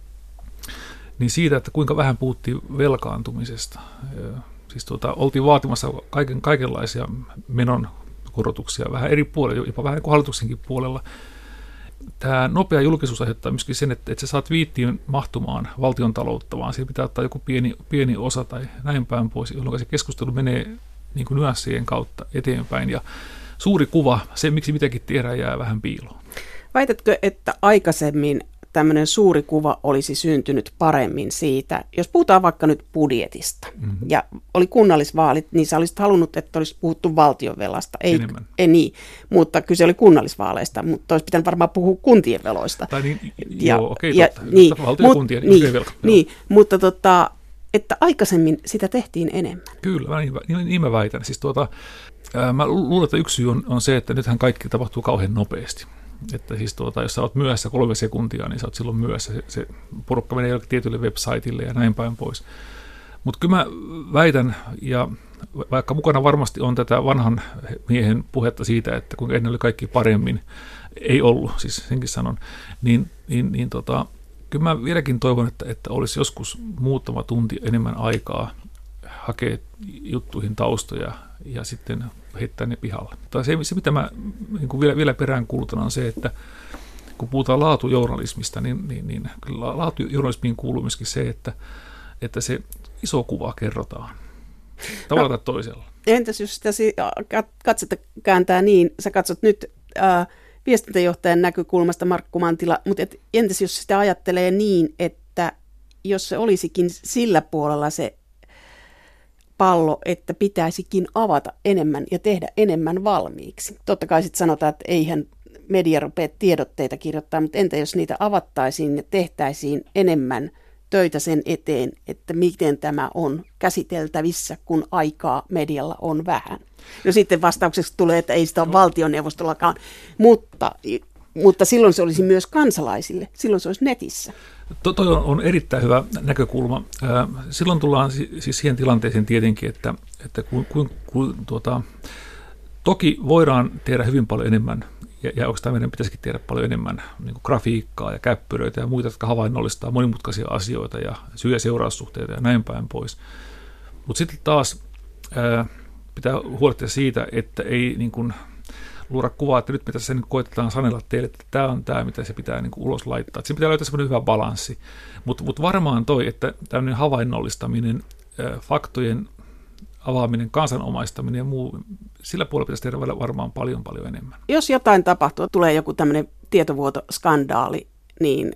Niin siitä, että kuinka vähän puhuttiin velkaantumisesta. Siis tuota, oltiin vaatimassa kaiken, kaikenlaisia menonkorotuksia vähän eri puolilla, jopa vähän kuin hallituksenkin puolella. Tämä nopea julkisuus aiheuttaa myöskin sen, että, että sä saat viittiin mahtumaan valtion taloutta, vaan siinä pitää ottaa joku pieni, pieni osa tai näin päin pois, jolloin se keskustelu menee niin kuin nyanssien kautta eteenpäin. Ja suuri kuva, se miksi mitäkin tehdään, jää vähän piiloon. Väitätkö, että aikaisemmin tämmöinen suuri kuva olisi syntynyt paremmin siitä, jos puhutaan vaikka nyt budjetista, mm-hmm. ja oli kunnallisvaalit, niin sä olisit halunnut, että olisi puhuttu valtionvelasta. Ei, ei niin, mutta kyse oli kunnallisvaaleista, mutta olisi pitänyt varmaan puhua kuntien veloista. Tai niin, ja, joo, okei, ja, totta. Niin, Valtio ja kuntien niin, velka. Niin, mutta tota, että aikaisemmin sitä tehtiin enemmän. Kyllä, mä niin, niin, niin mä väitän. Siis tuota, ää, mä luulen, että yksi syy on, on se, että nythän kaikki tapahtuu kauhean nopeasti. Että siis tuota, jos sä oot myöhässä kolme sekuntia, niin sä oot silloin myöhässä. Se, se porukka menee jollekin tietylle websiteille ja näin päin pois. Mutta kyllä mä väitän, ja vaikka mukana varmasti on tätä vanhan miehen puhetta siitä, että kuinka ennen oli kaikki paremmin, ei ollut, siis senkin sanon, niin, niin, niin tota, kyllä mä vieläkin toivon, että, että olisi joskus muutama tunti enemmän aikaa hakea juttuihin taustoja ja sitten heittää ne pihalle. Tai se, se mitä mä niin kuin vielä, vielä peräänkuulutan, on se, että kun puhutaan laatujournalismista, niin, niin, niin laatujournalismiin kuuluu myöskin se, että, että se iso kuva kerrotaan tavalla no, tai toisella. Entäs jos sitä katsetta kääntää niin, sä katsot nyt äh, viestintäjohtajan näkökulmasta Markku Mantila, mutta et, entäs jos sitä ajattelee niin, että jos se olisikin sillä puolella se pallo, että pitäisikin avata enemmän ja tehdä enemmän valmiiksi. Totta kai sitten sanotaan, että eihän media rupea tiedotteita kirjoittaa, mutta entä jos niitä avattaisiin ja tehtäisiin enemmän töitä sen eteen, että miten tämä on käsiteltävissä, kun aikaa medialla on vähän. No sitten vastaukseksi tulee, että ei sitä ole valtioneuvostollakaan, mutta, mutta silloin se olisi myös kansalaisille, silloin se olisi netissä. Toi on, on erittäin hyvä näkökulma. Silloin tullaan siis siihen tilanteeseen tietenkin, että, että kun, kun, kun, tuota, toki voidaan tehdä hyvin paljon enemmän, ja, ja oikeastaan meidän pitäisikin tehdä paljon enemmän niin kuin grafiikkaa ja käppyröitä ja muita, jotka havainnollistaa monimutkaisia asioita ja syy- ja seuraussuhteita ja näin päin pois. Mutta sitten taas ää, pitää huolehtia siitä, että ei niin kuin luoda kuvaa, että nyt me tässä nyt koitetaan sanella teille, että tämä on tämä, mitä se pitää niin kuin ulos laittaa. Että siinä pitää löytää semmoinen hyvä balanssi. Mutta mut varmaan toi, että tämmöinen havainnollistaminen, ää, faktojen avaaminen, kansanomaistaminen ja muu, sillä puolella pitäisi tehdä varmaan paljon, paljon enemmän. Jos jotain tapahtuu, tulee joku tämmöinen tietovuotoskandaali, niin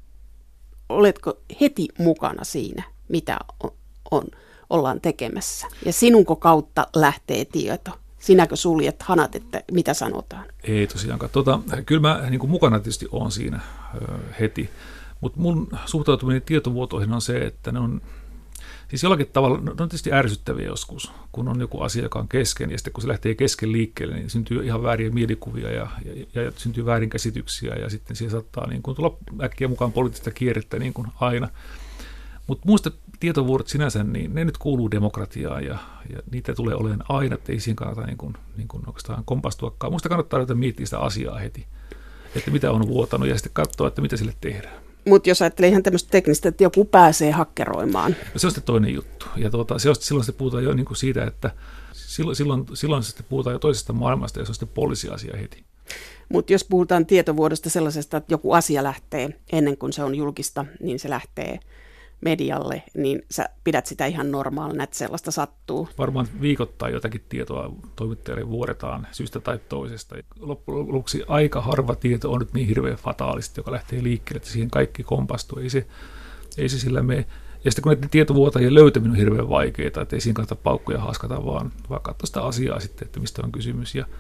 oletko heti mukana siinä, mitä on, on, ollaan tekemässä? Ja sinunko kautta lähtee tieto Sinäkö suljet hanat, että mitä sanotaan? Ei tosiaankaan. Tota, kyllä mä niin kuin mukana tietysti olen siinä ö, heti, mutta mun suhtautuminen tietovuotoihin on se, että ne on siis jollakin tavalla, ne on tietysti ärsyttäviä joskus, kun on joku asia, joka on kesken, ja sitten kun se lähtee kesken liikkeelle, niin syntyy ihan vääriä mielikuvia ja, ja, ja syntyy väärinkäsityksiä, ja sitten siihen saattaa niin kuin tulla äkkiä mukaan poliittista kierrettä niin kuin aina. Mutta muista tietovuodot sinänsä, niin ne nyt kuuluu demokratiaan, ja, ja niitä tulee olemaan aina, että ei siinä kannata niin kuin, niin kuin oikeastaan kompastuakaan. Muista kannattaa miettiä sitä asiaa heti, että mitä on vuotanut, ja sitten katsoa, että mitä sille tehdään. Mutta jos ajattelee ihan tämmöistä teknistä, että joku pääsee hakkeroimaan. No se on sitten toinen juttu. Ja tuota, se on, silloin sitten puhutaan jo niin kuin siitä, että silloin, silloin, silloin sitten puhutaan jo toisesta maailmasta, ja se on sitten poliisiasia heti. Mutta jos puhutaan tietovuodosta sellaisesta, että joku asia lähtee ennen kuin se on julkista, niin se lähtee medialle, niin sä pidät sitä ihan normaalina, että sellaista sattuu. Varmaan viikoittain jotakin tietoa toimittajalle vuodetaan syystä tai toisesta. Loppujen lopuksi aika harva tieto on nyt niin hirveän fataalista, joka lähtee liikkeelle, että siihen kaikki kompastuu. Ei se, ei se sillä mene. Ja sitten kun näiden tietovuotajien löytäminen on hirveän vaikeaa, että ei siinä kannata paukkuja haaskata, vaan, vaan katsoa sitä asiaa sitten, että mistä on kysymys. Ja,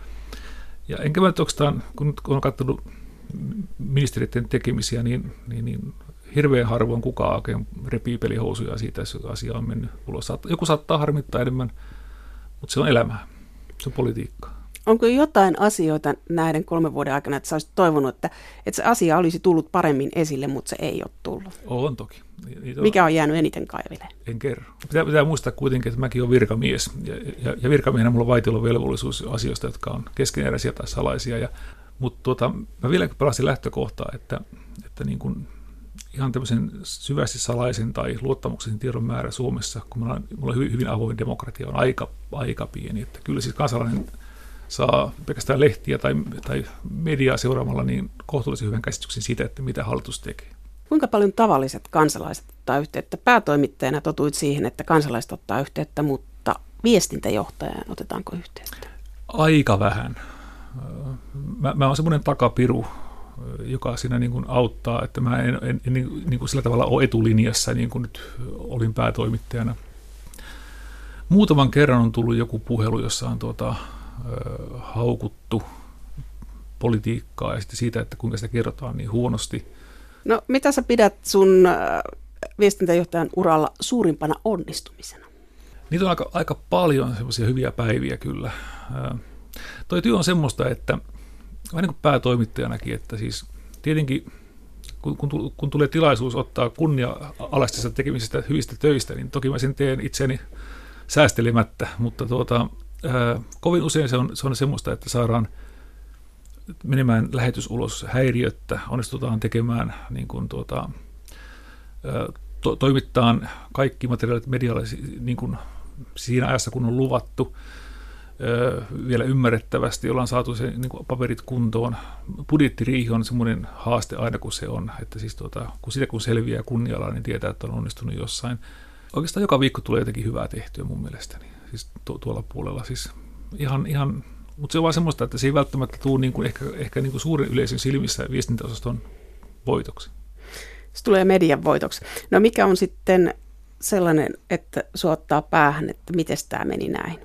ja enkä mä nyt oikeastaan, kun on katsonut ministeriöiden tekemisiä, niin, niin, niin hirveän harvoin kukaan oikein repii pelihousuja siitä, jos asia on mennyt ulos. Joku saattaa harmittaa enemmän, mutta se on elämää. Se on politiikkaa. Onko jotain asioita näiden kolmen vuoden aikana, että sä olisit toivonut, että, että se asia olisi tullut paremmin esille, mutta se ei ole tullut? On toki. Niitä Mikä on jäänyt eniten kaiveleen? En kerro. Pitää, pitää muistaa kuitenkin, että mäkin olen virkamies. Ja, ja, ja virkamiehenä mulla on vaitiolovelvollisuus asioista, jotka on keskeneräisiä tai salaisia. Ja, mutta tuota, mä vieläkin palasin lähtökohtaa, että, että niin kuin ihan tämmöisen syvästi salaisen tai luottamuksellisen tiedon määrä Suomessa, kun meillä on, meillä on hyvin, hyvin avoin demokratia, on aika, aika pieni. Että kyllä siis kansalainen saa pelkästään lehtiä tai, tai mediaa seuraamalla niin kohtuullisen hyvän käsityksen siitä, että mitä hallitus tekee. Kuinka paljon tavalliset kansalaiset ottaa yhteyttä? Päätoimittajana totuit siihen, että kansalaiset ottaa yhteyttä, mutta viestintäjohtajaan otetaanko yhteyttä? Aika vähän. Mä, mä oon semmoinen takapiru, joka siinä niin kuin auttaa, että mä en, en, en niin kuin sillä tavalla ole etulinjassa, niin kuin nyt olin päätoimittajana. Muutaman kerran on tullut joku puhelu, jossa on tuota, haukuttu politiikkaa ja sitten siitä, että kuinka sitä kerrotaan niin huonosti. No mitä sä pidät sun viestintäjohtajan uralla suurimpana onnistumisena? Niitä on aika, aika paljon semmoisia hyviä päiviä kyllä. Toi työ on semmoista, että vähän niin kuin päätoimittajanakin, että siis tietenkin kun, kun, kun tulee tilaisuus ottaa kunnia-alaisesta tekemisestä hyvistä töistä, niin toki mä sen teen itseni säästelemättä, mutta tuota, ää, kovin usein se on, se on semmoista, että saadaan menemään lähetys ulos häiriöttä, onnistutaan tekemään niin kuin tuota, to, toimittaan kaikki materiaalit medialle niin kuin siinä ajassa, kun on luvattu, vielä ymmärrettävästi, ollaan saatu se niin kuin paperit kuntoon. Budjettiriihi on semmoinen haaste aina, kun se on, että siis tuota, kun sitä kun selviää kunnialla, niin tietää, että on onnistunut jossain. Oikeastaan joka viikko tulee jotenkin hyvää tehtyä mun mielestäni, siis tu- tuolla puolella. Siis ihan, ihan, mutta se on vaan semmoista, että se ei välttämättä tule niin kuin ehkä, ehkä niin kuin suuren yleisön silmissä viestintäosaston voitoksi. Se tulee median voitoksi. No mikä on sitten sellainen, että sua ottaa päähän, että miten tämä meni näin?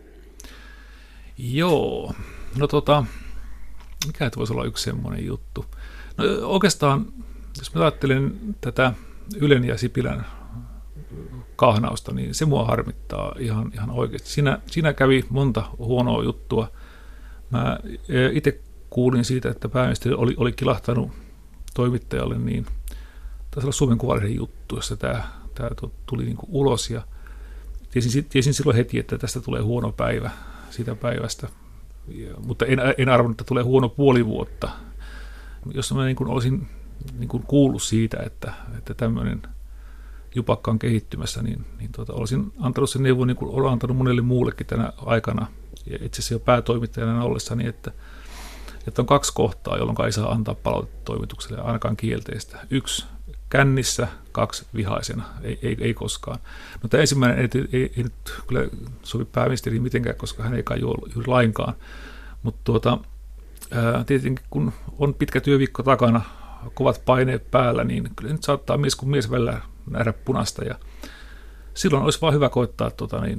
Joo, no tota, mikä voisi olla yksi semmoinen juttu? No oikeastaan, jos mä ajattelen tätä Ylen ja Sipilän kahnausta, niin se mua harmittaa ihan, ihan oikeasti. Siinä, siinä kävi monta huonoa juttua. Mä itse kuulin siitä, että pääministeri oli, oli kilahtanut toimittajalle, niin taisi olla Suomen Kuvalehden juttu, jossa tämä, tämä tuli niin kuin ulos, ja tiesin, tiesin silloin heti, että tästä tulee huono päivä siitä päivästä, ja, mutta en, en arvannut, että tulee huono puoli vuotta. Jos mä niin kuin olisin niin kuin kuullut siitä, että, että tämmöinen jupakka on kehittymässä, niin, niin tuota, olisin antanut sen neuvon, niin kuin olen antanut monelle muullekin tänä aikana, ja itse asiassa jo päätoimittajana ollessani, että, että on kaksi kohtaa, jolloin ei saa antaa palautetta toimitukselle, ainakaan kielteistä. Yksi kännissä, kaksi vihaisena, ei, ei, ei koskaan. No tämä ensimmäinen ei, ei, ei nyt kyllä sovi pääministeriin mitenkään, koska hän ei kai juuri lainkaan, mutta tuota, ää, tietenkin kun on pitkä työviikko takana, kovat paineet päällä, niin kyllä nyt saattaa mies kuin mies välillä nähdä punaista, ja silloin olisi vaan hyvä koittaa tota, niin,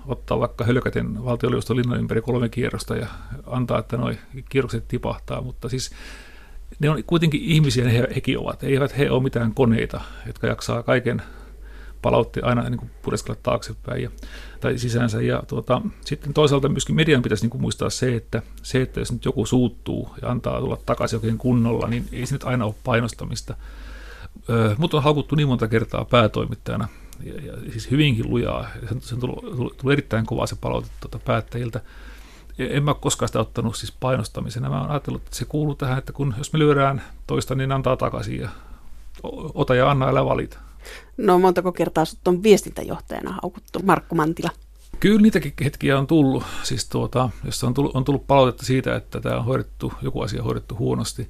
ottaa vaikka hölkäten valtioneuvoston linnan ympäri kolme kierrosta ja antaa, että nuo kierrokset tipahtaa, mutta siis ne on kuitenkin ihmisiä, ne he, hekin ovat. Eivät he ole mitään koneita, jotka jaksaa kaiken palautteen aina niin kuin pureskella taaksepäin ja, tai sisäänsä. Ja tuota, sitten toisaalta myöskin median pitäisi niin kuin muistaa se että, se, että jos nyt joku suuttuu ja antaa tulla takaisin oikein kunnolla, niin ei se nyt aina ole painostamista. Öö, mutta on haukuttu niin monta kertaa päätoimittajana, ja, ja siis hyvinkin lujaa. Se on tullut, tullut, tullut erittäin kovaa se palaute tuota päättäjiltä. En mä ole koskaan sitä ottanut siis painostamisena. Mä oon ajatellut, että se kuuluu tähän, että kun, jos me lyödään toista, niin antaa takaisin ja ota ja anna, älä valita. No montako kertaa sut on viestintäjohtajana haukuttu, Markku Mantila? Kyllä niitäkin hetkiä on tullut, siis tuota, jossa on tullut, on tullut palautetta siitä, että tämä on hoidettu, joku asia on hoidettu huonosti.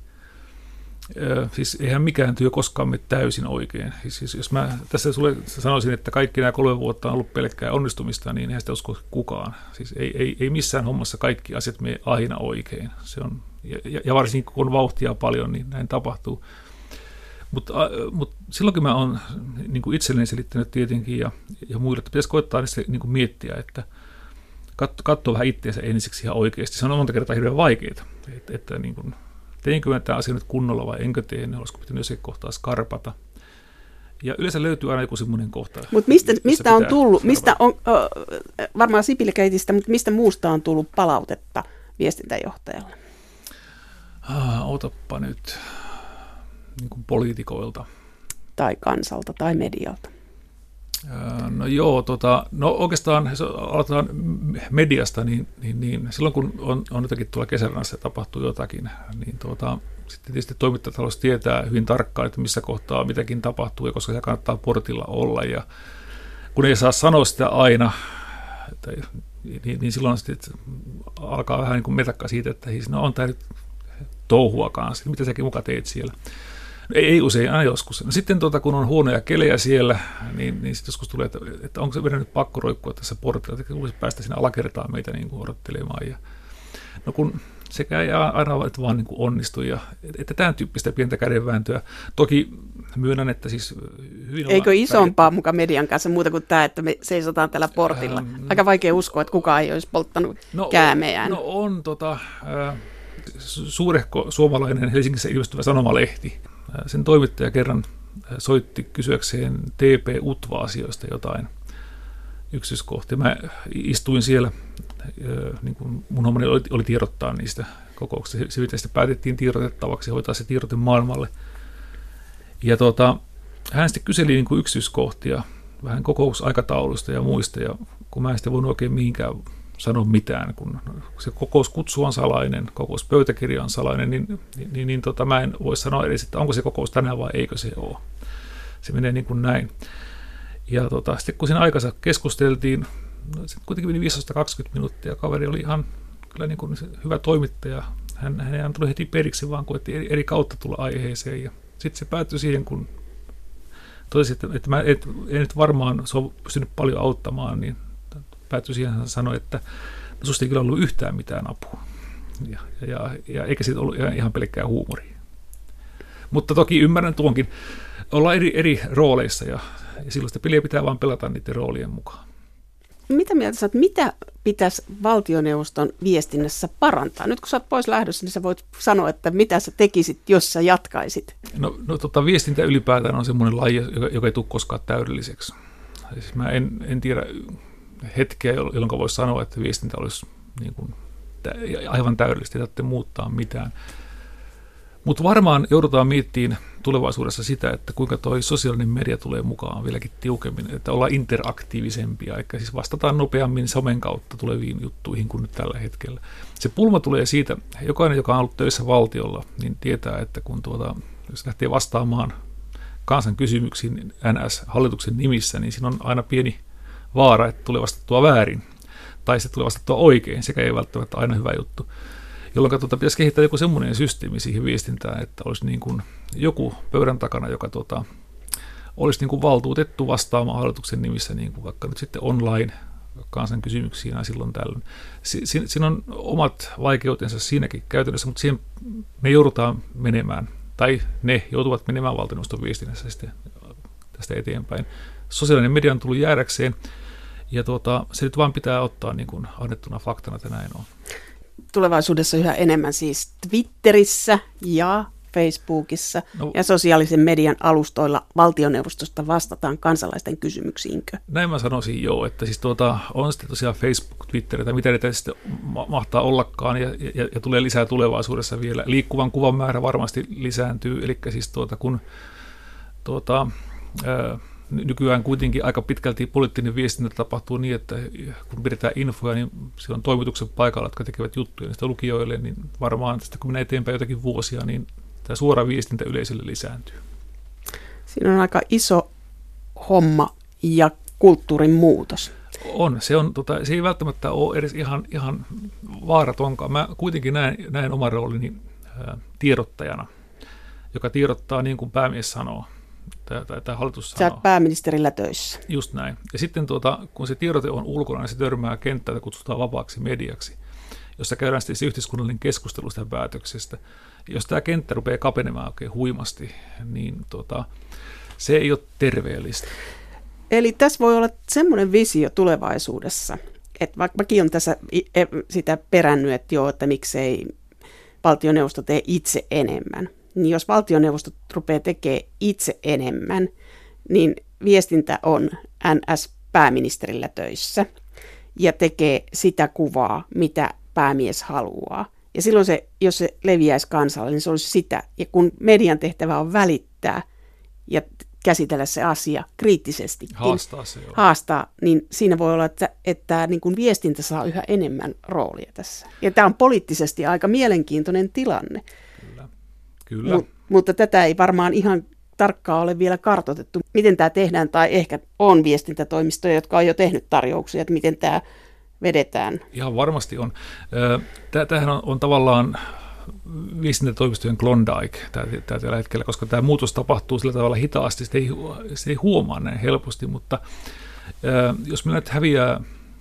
Ö, siis eihän mikään työ koskaan mene täysin oikein. Siis, siis jos mä tässä sulle sanoisin, että kaikki nämä kolme vuotta on ollut pelkkää onnistumista, niin eihän sitä usko kukaan. Siis ei, ei, ei missään hommassa kaikki asiat mene aina oikein. Se on, ja, ja varsinkin kun on vauhtia paljon, niin näin tapahtuu. Mutta mut silloinkin mä oon niin kuin itselleni selittänyt tietenkin ja, ja muille, että pitäisi koittaa niin kuin miettiä, että katso, katsoa vähän itseänsä ensiksi ihan oikeasti. Se on monta kertaa hirveän vaikeaa, että, että niin kuin, teinkö mä tämä asia nyt kunnolla vai enkö tee, ne olisiko pitänyt jossakin kohtaa skarpata. Ja yleensä löytyy aina joku semmoinen kohta. Mutta mistä, mistä on tullut, mistä on, äh, varmaan Sipilä-keitistä, mutta mistä muusta on tullut palautetta viestintäjohtajalle? Ah, otappa nyt. Niin kuin poliitikoilta. Tai kansalta tai medialta. No joo, tota, no oikeastaan jos aloitetaan mediasta, niin, niin, niin silloin kun on, on jotakin tuolla kesärannassa tapahtuu jotakin, niin tuota, sitten tietysti toimittajat haluaisi tietää hyvin tarkkaan, että missä kohtaa mitäkin tapahtuu, ja koska se kannattaa portilla olla, ja kun ei saa sanoa sitä aina, että, niin, niin silloin sitten alkaa vähän niin kuin metakka siitä, että no on tämä nyt touhuakaan, mitä säkin muka teet siellä. Ei, ei usein, aina joskus. No sitten tuota, kun on huonoja kelejä siellä, niin, niin sitten joskus tulee, että, että onko se meidän nyt pakko roikkua tässä portilla, että tulisi päästä sinne alakertaan meitä niin kuin odottelemaan. Ja, no kun sekä ei aina että vaan niin kuin onnistu, ja, että tämän tyyppistä pientä kädenvääntöä. Toki myönnän, että siis hyvin... Eikö isompaa muka median kanssa muuta kuin tämä, että me seisotaan tällä portilla? Aika vaikea uskoa, että kukaan ei olisi polttanut no, käämeään. No on tota, äh, suurehko suomalainen Helsingissä ilmestyvä sanomalehti. Sen toimittaja kerran soitti kysyäkseen T P-UTVA-asioista jotain yksityiskohtia. Mä istuin siellä, niin kuin mun hommani oli, oli tiedottaa niistä kokouksista. Sitten päätettiin tiedotettavaksi hoitaa se tiedote maailmalle. Ja tuota, hän sitten kyseli niin kuin yksityiskohtia vähän kokousaikataulusta ja muista, ja kun mä en sitten voinut oikein mihinkään sano mitään, kun se kokouskutsu on salainen, kokouspöytäkirja on salainen, niin, niin, niin, niin tota, mä en voi sanoa edes, että onko se kokous tänään vai eikö se ole. Se menee niin kuin näin. Ja tota, sitten kun siinä aikansa keskusteltiin, no, sitten kuitenkin meni viisitoista kaksikymmentä minuuttia, kaveri oli ihan kyllä niin kuin hyvä toimittaja. Hän, hän ei antanut heti periksi, vaan koetti eri, eri kautta tulla aiheeseen. Ja sitten se päättyi siihen, kun totesi, että, että mä et, en nyt varmaan se on pystynyt paljon auttamaan, niin päättyi siihen, hän sanoi, että no, susta ei kyllä ollut yhtään mitään apua. Ja, ja, ja eikä siitä ollut ihan pelkkää huumoria. Mutta toki ymmärrän tuonkin. Ollaan eri, eri rooleissa, ja, ja silloin sitä peliä pitää vaan pelata niiden roolien mukaan. Mitä mieltä sä oot, mitä pitäisi valtioneuvoston viestinnässä parantaa? Nyt kun sä oot pois lähdössä, niin sä voit sanoa, että mitä sä tekisit, jos sä jatkaisit. No, no tota, viestintä ylipäätään on semmoinen laji, joka, joka ei tule koskaan täydelliseksi. Siis mä en, en tiedä hetkeä, jolloin voisi sanoa, että viestintä olisi niin kuin aivan täydellistä, ei tarvitse muuttaa mitään. Mutta varmaan joudutaan miettimään tulevaisuudessa sitä, että kuinka toi sosiaalinen media tulee mukaan vieläkin tiukemmin, että ollaan interaktiivisempia, eli siis vastataan nopeammin somen kautta tuleviin juttuihin kuin nyt tällä hetkellä. Se pulma tulee siitä, jokainen, joka on ollut töissä valtiolla, niin tietää, että kun tuota, jos lähtee vastaamaan kansan kysymyksiin N S-hallituksen nimissä, niin siinä on aina pieni vaara, että tulee vastattua väärin, tai se tulee vastattua oikein, sekä ei välttämättä aina hyvä juttu. Jolloin tuota, pitäisi kehittää joku semmoinen systeemi siihen viestintään, että olisi niin kuin joku pöydän takana, joka tuota, olisi niin kuin valtuutettu vastaamaan hallituksen nimissä, niin kuin vaikka nyt sitten online kansan kysymyksiin ja silloin tällöin. Si- si- siinä on omat vaikeutensa siinäkin käytännössä, mutta siihen me joudutaan menemään, tai ne joutuvat menemään valtioneuvoston viestinnässä sitten tästä eteenpäin. Sosiaalinen media on tullut jäädäkseen, Ja tuota, se nyt vaan pitää ottaa niin kuin annettuna faktana, että näin on. Tulevaisuudessa yhä enemmän siis Twitterissä ja Facebookissa no, ja sosiaalisen median alustoilla valtioneuvostosta vastataan kansalaisten kysymyksiinkö? Näin mä sanoisin joo, että siis tuota, on sitten tosiaan Facebook, Twitter tai mitä niitä sitten mahtaa ollakaan ja, ja, ja tulee lisää tulevaisuudessa vielä. Liikkuvan kuvan määrä varmasti lisääntyy, eli siis tuota, kun tuota, ää, nykyään kuitenkin aika pitkälti poliittinen viestintä tapahtuu niin, että kun pidetään infoja, niin siellä on toimituksen paikalla, jotka tekevät juttuja niistä lukijoille, niin varmaan tästä kun menee eteenpäin jotakin vuosia, niin tämä suora viestintä yleisölle lisääntyy. Siinä on aika iso homma ja kulttuurin muutos. On. Se, on, tota, se ei välttämättä ole edes ihan, ihan vaaratonkaan. Mä kuitenkin näen, näen oman roolini ää, tiedottajana, joka tiedottaa niin kuin päämies sanoo. Tämä hallitus sanoo. Sä oot pääministerillä töissä. Just näin. Ja sitten tuota, kun se tiedote on ulkona, niin se törmää kenttää, jota kutsutaan vapaaksi mediaksi, jossa käydään sitten se yhteiskunnallinen keskustelu sitä päätöksestä. Jos tämä kenttä rupeaa kapenemaan oikein huimasti, niin tota, se ei ole terveellistä. Eli tässä voi olla semmoinen visio tulevaisuudessa, että vaikka mäkin olen tässä sitä perännyt, että joo, että miksei valtioneuvosto tee itse enemmän, niin jos valtioneuvosto rupeaa tekemään itse enemmän, niin viestintä on N S-pääministerillä töissä ja tekee sitä kuvaa, mitä päämies haluaa. Ja silloin se, jos se leviäisi kansalle, niin se olisi sitä. Ja kun median tehtävä on välittää ja käsitellä se asia kriittisesti, haastaa, se, haastaa niin siinä voi olla, että, että niin kuin viestintä saa yhä enemmän roolia tässä. Ja tämä on poliittisesti aika mielenkiintoinen tilanne. Kyllä. Kyllä. Mut, mutta tätä ei varmaan ihan tarkkaan ole vielä kartoitettu, miten tämä tehdään, tai ehkä on viestintätoimistoja, jotka on jo tehnyt tarjouksia, että miten tämä vedetään. Ihan varmasti on. Tämähän on, on tavallaan viestintätoimistojen Klondike tämä tällä hetkellä, koska tämä muutos tapahtuu sillä tavalla hitaasti, sitä ei, sitä ei huomaa näin helposti, mutta jos meillä nyt häviää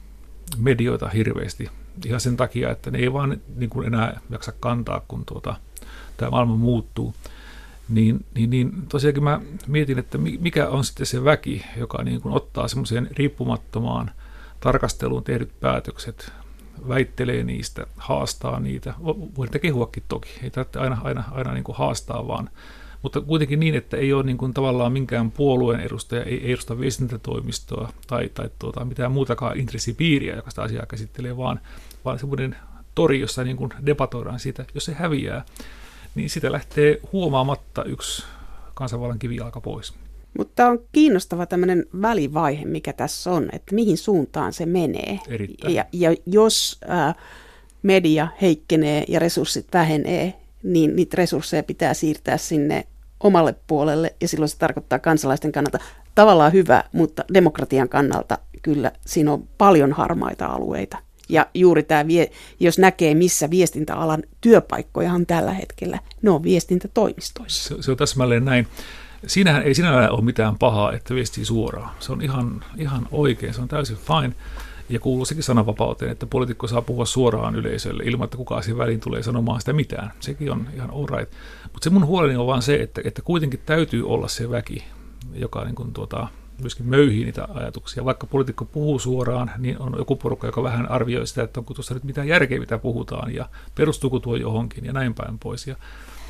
medioita hirveästi ihan sen takia, että ne ei vaan niin kuin enää jaksa kantaa, kun tuota, tämä maailma muuttuu, niin, niin, niin tosiaankin mä mietin, että mikä on sitten se väki, joka niin kuin ottaa semmoiseen riippumattomaan tarkasteluun tehdyt päätökset, väittelee niistä, haastaa niitä. Voi niitä kehuakin toki, ei tarvitse aina, aina, aina niin kuin haastaa vaan, mutta kuitenkin niin, että ei ole niin kuin tavallaan minkään puolueen edustaja, ei, ei edusta viestintätoimistoa tai, tai tuota, mitään muutakaan intressipiiriä, joka sitä asiaa käsittelee, vaan, vaan semmoinen tori, jossa niin kuin debatoidaan siitä, jos se häviää, niin sitä lähtee huomaamatta yksi kansanvallan kivijalka pois. Mutta on kiinnostava tämmöinen välivaihe, mikä tässä on, että mihin suuntaan se menee. Ja, ja jos ää, media heikkenee ja resurssit vähenee, niin niitä resursseja pitää siirtää sinne omalle puolelle, ja silloin se tarkoittaa kansalaisten kannalta tavallaan hyvä, mutta demokratian kannalta kyllä siinä on paljon harmaita alueita. Ja juuri tämä, jos näkee, missä viestintäalan työpaikkoja on tällä hetkellä, ne on viestintätoimistoissa. Se, se on täsmälleen näin. Siinähän ei sinällään ole mitään pahaa, että viestii suoraan. Se on ihan, ihan oikein, se on täysin fine. Ja kuuluu sekin sananvapauteen, että poliitikko saa puhua suoraan yleisölle ilman, että kukaan siihen väliin tulee sanomaan sitä mitään. Sekin on ihan all right. Mutta se mun huoleni on vaan se, että, että kuitenkin täytyy olla se väki, joka niin kuin tuota, myöskin möyhii niitä ajatuksia. Vaikka poliitikko puhuu suoraan, niin on joku porukka, joka vähän arvioi sitä, että onko tuossa nyt mitään järkeä, mitä puhutaan, ja perustuuko tuo johonkin, ja näin päin pois. Ja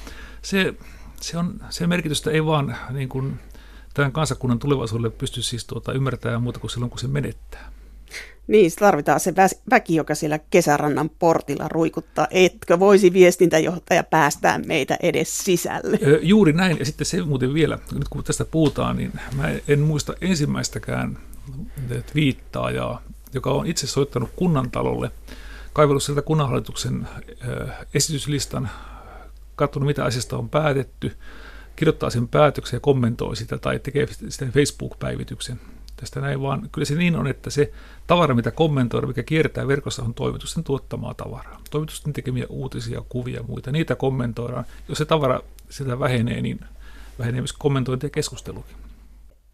se, se, on, se merkitystä ei vaan niin kuin tämän kansakunnan tulevaisuudelle pysty siis tuota, ymmärtämään muuta kuin silloin, kun se menettää. Niin, tarvitaan se väki, joka siellä kesärannan portilla ruikuttaa. Etkö voisi viestintäjohtaja päästää meitä edes sisälle? Juuri näin. Ja sitten se muuten vielä, nyt kun tästä puhutaan, niin mä en muista ensimmäistäkään twiittaajaa, joka on itse soittanut kunnantalolle, kaivellut sieltä kunnanhallituksen esityslistan, katsonut mitä asiasta on päätetty, kirjoittaa sen päätöksen ja kommentoi sitä tai tekee sitten Facebook-päivityksen. Tästä näin vaan, kyllä se niin on, että se tavara, mitä kommentoidaan, mikä kiertää verkossa, on toimitusten tuottamaa tavaraa. Toimitusten tekemiä uutisia, kuvia ja muita, niitä kommentoidaan. Jos se tavara sitä vähenee, niin vähenee myös kommentointi ja keskustelukin.